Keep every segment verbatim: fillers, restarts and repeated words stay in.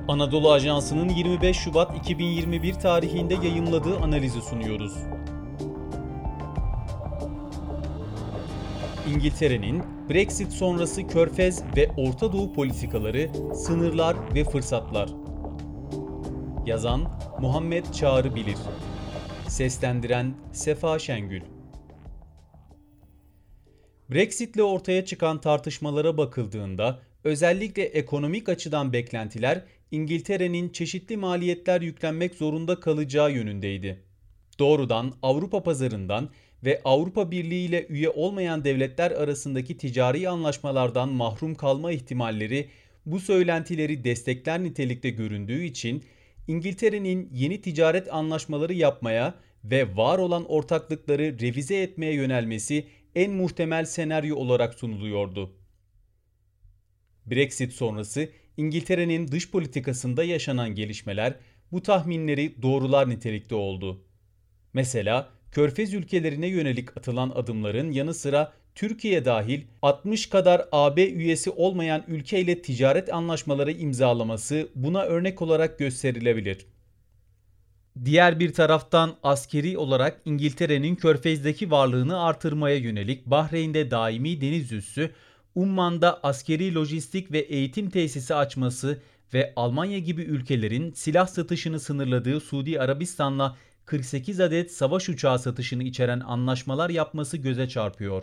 Anadolu Ajansı'nın yirmi beş Şubat iki bin yirmi bir tarihinde yayımladığı analizi sunuyoruz. İngiltere'nin Brexit sonrası Körfez ve Orta Doğu politikaları, sınırlar ve fırsatlar. Yazan Muhammed Çağrı Bilir. Seslendiren Sefa Şengül. Brexit'le ortaya çıkan tartışmalara bakıldığında özellikle ekonomik açıdan beklentiler İngiltere'nin çeşitli maliyetler yüklenmek zorunda kalacağı yönündeydi. Doğrudan Avrupa pazarından ve Avrupa Birliği ile üye olmayan devletler arasındaki ticari anlaşmalardan mahrum kalma ihtimalleri bu söylentileri destekler nitelikte göründüğü için İngiltere'nin yeni ticaret anlaşmaları yapmaya ve var olan ortaklıkları revize etmeye yönelmesi en muhtemel senaryo olarak sunuluyordu. Brexit sonrası İngiltere'nin dış politikasında yaşanan gelişmeler bu tahminleri doğrular nitelikte oldu. Mesela Körfez ülkelerine yönelik atılan adımların yanı sıra Türkiye dahil altmış kadar A B üyesi olmayan ülkeyle ticaret anlaşmaları imzalaması buna örnek olarak gösterilebilir. Diğer bir taraftan askeri olarak İngiltere'nin Körfez'deki varlığını artırmaya yönelik Bahreyn'de daimi deniz üssü, Umman'da askeri lojistik ve eğitim tesisi açması ve Almanya gibi ülkelerin silah satışını sınırladığı Suudi Arabistan'la kırk sekiz adet savaş uçağı satışını içeren anlaşmalar yapması göze çarpıyor.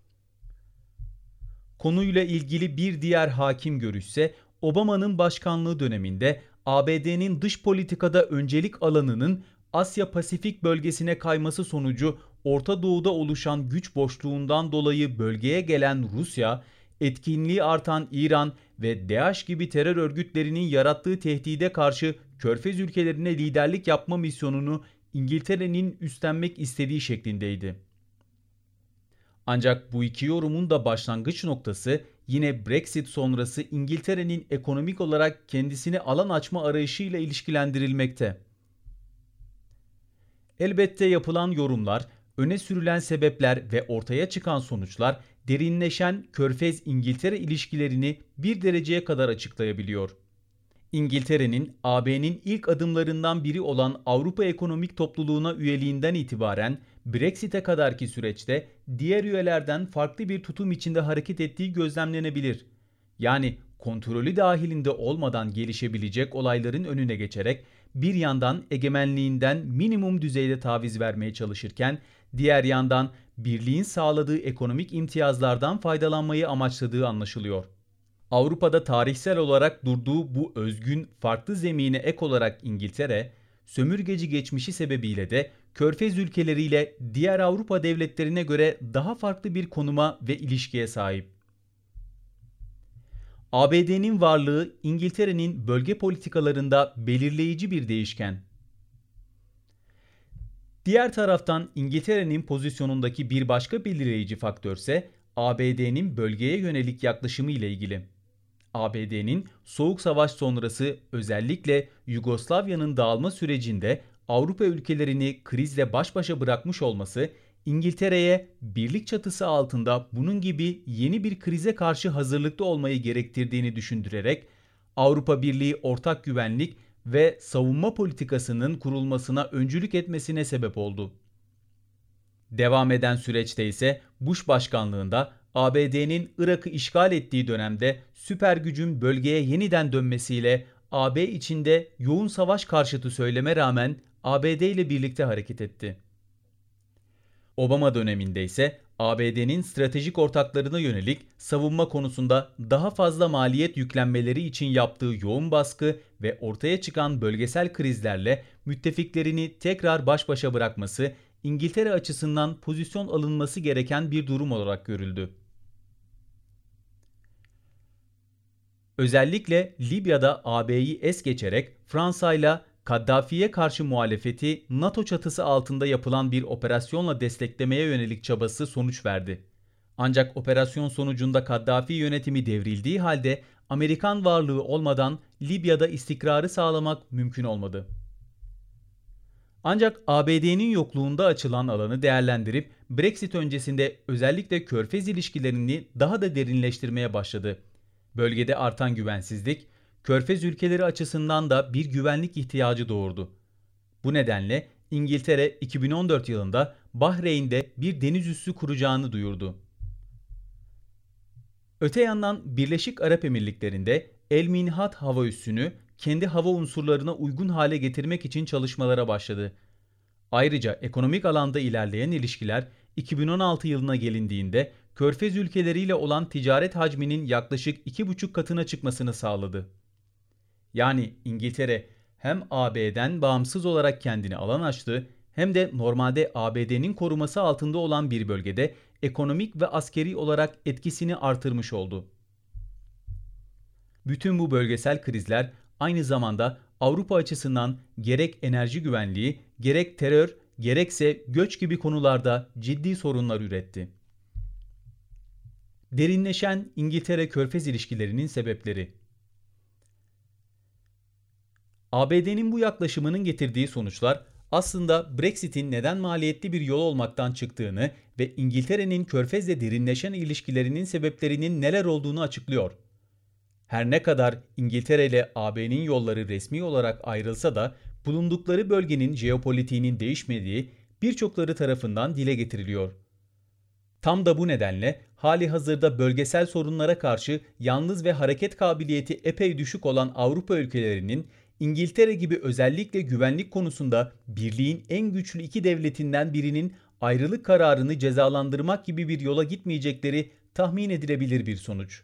Konuyla ilgili bir diğer hakim görüşse Obama'nın başkanlığı döneminde A B D'nin dış politikada öncelik alanının Asya-Pasifik bölgesine kayması sonucu Orta Doğu'da oluşan güç boşluğundan dolayı bölgeye gelen Rusya, etkinliği artan İran ve DAEŞ gibi terör örgütlerinin yarattığı tehdide karşı Körfez ülkelerine liderlik yapma misyonunu İngiltere'nin üstlenmek istediği şeklindeydi. Ancak bu iki yorumun da başlangıç noktası yine Brexit sonrası İngiltere'nin ekonomik olarak kendisine alan açma arayışıyla ilişkilendirilmekte. Elbette yapılan yorumlar, öne sürülen sebepler ve ortaya çıkan sonuçlar derinleşen Körfez-İngiltere ilişkilerini bir dereceye kadar açıklayabiliyor. İngiltere'nin A B'nin ilk adımlarından biri olan Avrupa Ekonomik Topluluğu'na üyeliğinden itibaren Brexit'e kadarki süreçte diğer üyelerden farklı bir tutum içinde hareket ettiği gözlemlenebilir. Yani kontrolü dahilinde olmadan gelişebilecek olayların önüne geçerek bir yandan egemenliğinden minimum düzeyde taviz vermeye çalışırken diğer yandan birliğin sağladığı ekonomik imtiyazlardan faydalanmayı amaçladığı anlaşılıyor. Avrupa'da tarihsel olarak durduğu bu özgün farklı zemine ek olarak İngiltere, sömürgeci geçmişi sebebiyle de Körfez ülkeleriyle diğer Avrupa devletlerine göre daha farklı bir konuma ve ilişkiye sahip. A B D'nin varlığı İngiltere'nin bölge politikalarında belirleyici bir değişken. Diğer taraftan İngiltere'nin pozisyonundaki bir başka belirleyici faktörse A B D'nin bölgeye yönelik yaklaşımı ile ilgili. A B D'nin Soğuk Savaş sonrası özellikle Yugoslavya'nın dağılma sürecinde Avrupa ülkelerini krizle baş başa bırakmış olması, İngiltere'ye birlik çatısı altında bunun gibi yeni bir krize karşı hazırlıklı olmayı gerektirdiğini düşündürerek Avrupa Birliği ortak güvenlik ve savunma politikasının kurulmasına öncülük etmesine sebep oldu. Devam eden süreçte ise Bush başkanlığında A B D'nin Irak'ı işgal ettiği dönemde süper gücün bölgeye yeniden dönmesiyle A B içinde yoğun savaş karşıtı söyleme rağmen A B D ile birlikte hareket etti. Obama döneminde ise A B D'nin stratejik ortaklarına yönelik savunma konusunda daha fazla maliyet yüklenmeleri için yaptığı yoğun baskı ve ortaya çıkan bölgesel krizlerle müttefiklerini tekrar baş başa bırakması İngiltere açısından pozisyon alınması gereken bir durum olarak görüldü. Özellikle Libya'da A B'yi es geçerek Fransa ile Kaddafi'ye karşı muhalefeti NATO çatısı altında yapılan bir operasyonla desteklemeye yönelik çabası sonuç verdi. Ancak operasyon sonucunda Kaddafi yönetimi devrildiği halde Amerikan varlığı olmadan Libya'da istikrarı sağlamak mümkün olmadı. Ancak A B D'nin yokluğunda açılan alanı değerlendirip Brexit öncesinde özellikle Körfez ilişkilerini daha da derinleştirmeye başladı. Bölgede artan güvensizlik, Körfez ülkeleri açısından da bir güvenlik ihtiyacı doğurdu. Bu nedenle İngiltere iki bin on dört yılında Bahreyn'de bir deniz üssü kuracağını duyurdu. Öte yandan Birleşik Arap Emirlikleri'nde El Minhat hava üssünü kendi hava unsurlarına uygun hale getirmek için çalışmalara başladı. Ayrıca ekonomik alanda ilerleyen ilişkiler iki bin on altı yılına gelindiğinde Körfez ülkeleriyle olan ticaret hacminin yaklaşık iki buçuk katına çıkmasını sağladı. Yani İngiltere hem A B'den bağımsız olarak kendine alan açtı hem de normalde A B D'nin koruması altında olan bir bölgede ekonomik ve askeri olarak etkisini artırmış oldu. Bütün bu bölgesel krizler aynı zamanda Avrupa açısından gerek enerji güvenliği, gerek terör, gerekse göç gibi konularda ciddi sorunlar üretti. Derinleşen İngiltere-Körfez ilişkilerinin sebepleri. A B D'nin bu yaklaşımının getirdiği sonuçlar aslında Brexit'in neden maliyetli bir yol olmaktan çıktığını ve İngiltere'nin Körfez'le derinleşen ilişkilerinin sebeplerinin neler olduğunu açıklıyor. Her ne kadar İngiltere ile A B'nin yolları resmi olarak ayrılsa da bulundukları bölgenin jeopolitiğinin değişmediği birçokları tarafından dile getiriliyor. Tam da bu nedenle hali hazırda bölgesel sorunlara karşı yalnız ve hareket kabiliyeti epey düşük olan Avrupa ülkelerinin İngiltere gibi özellikle güvenlik konusunda birliğin en güçlü iki devletinden birinin ayrılık kararını cezalandırmak gibi bir yola gitmeyecekleri tahmin edilebilir bir sonuç.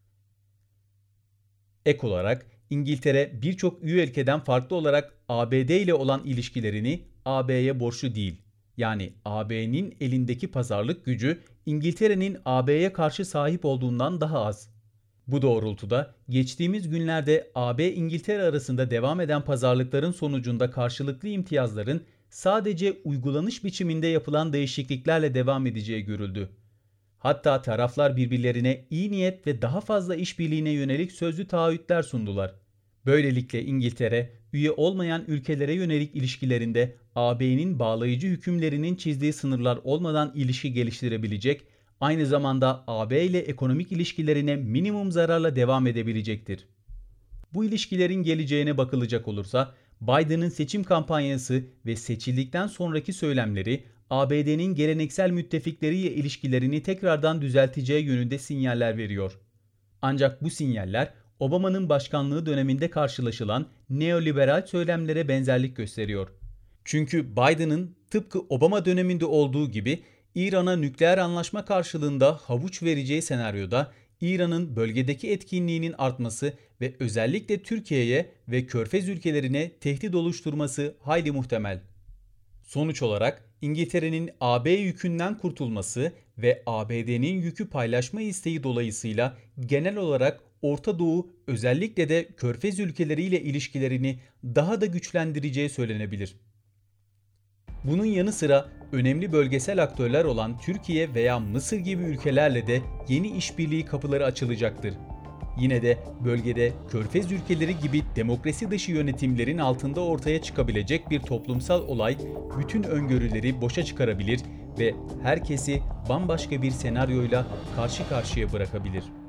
Ek olarak İngiltere birçok üye ülkeden farklı olarak A B D ile olan ilişkilerini A B'ye borçlu değil. Yani A B'nin elindeki pazarlık gücü İngiltere'nin A B'ye karşı sahip olduğundan daha az. Bu doğrultuda geçtiğimiz günlerde A B-İngiltere arasında devam eden pazarlıkların sonucunda karşılıklı imtiyazların sadece uygulanış biçiminde yapılan değişikliklerle devam edeceği görüldü. Hatta taraflar birbirlerine iyi niyet ve daha fazla işbirliğine yönelik sözlü taahhütler sundular. Böylelikle İngiltere, üye olmayan ülkelere yönelik ilişkilerinde A B'nin bağlayıcı hükümlerinin çizdiği sınırlar olmadan ilişki geliştirebilecek, aynı zamanda A B ile ekonomik ilişkilerine minimum zararla devam edebilecektir. Bu ilişkilerin geleceğine bakılacak olursa, Biden'ın seçim kampanyası ve seçildikten sonraki söylemleri A B D'nin geleneksel müttefikleriyle ilişkilerini tekrardan düzelteceği yönünde sinyaller veriyor. Ancak bu sinyaller Obama'nın başkanlığı döneminde karşılaşılan neoliberal söylemlere benzerlik gösteriyor. Çünkü Biden'ın tıpkı Obama döneminde olduğu gibi İran'a nükleer anlaşma karşılığında havuç vereceği senaryoda İran'ın bölgedeki etkinliğinin artması ve özellikle Türkiye'ye ve Körfez ülkelerine tehdit oluşturması hayli muhtemel. Sonuç olarak İngiltere'nin A B yükünden kurtulması ve A B D'nin yükü paylaşma isteği dolayısıyla genel olarak Orta Doğu, özellikle de Körfez ülkeleriyle ilişkilerini daha da güçlendireceği söylenebilir. Bunun yanı sıra önemli bölgesel aktörler olan Türkiye veya Mısır gibi ülkelerle de yeni işbirliği kapıları açılacaktır. Yine de bölgede Körfez ülkeleri gibi demokrasi dışı yönetimlerin altında ortaya çıkabilecek bir toplumsal olay bütün öngörüleri boşa çıkarabilir ve herkesi bambaşka bir senaryoyla karşı karşıya bırakabilir.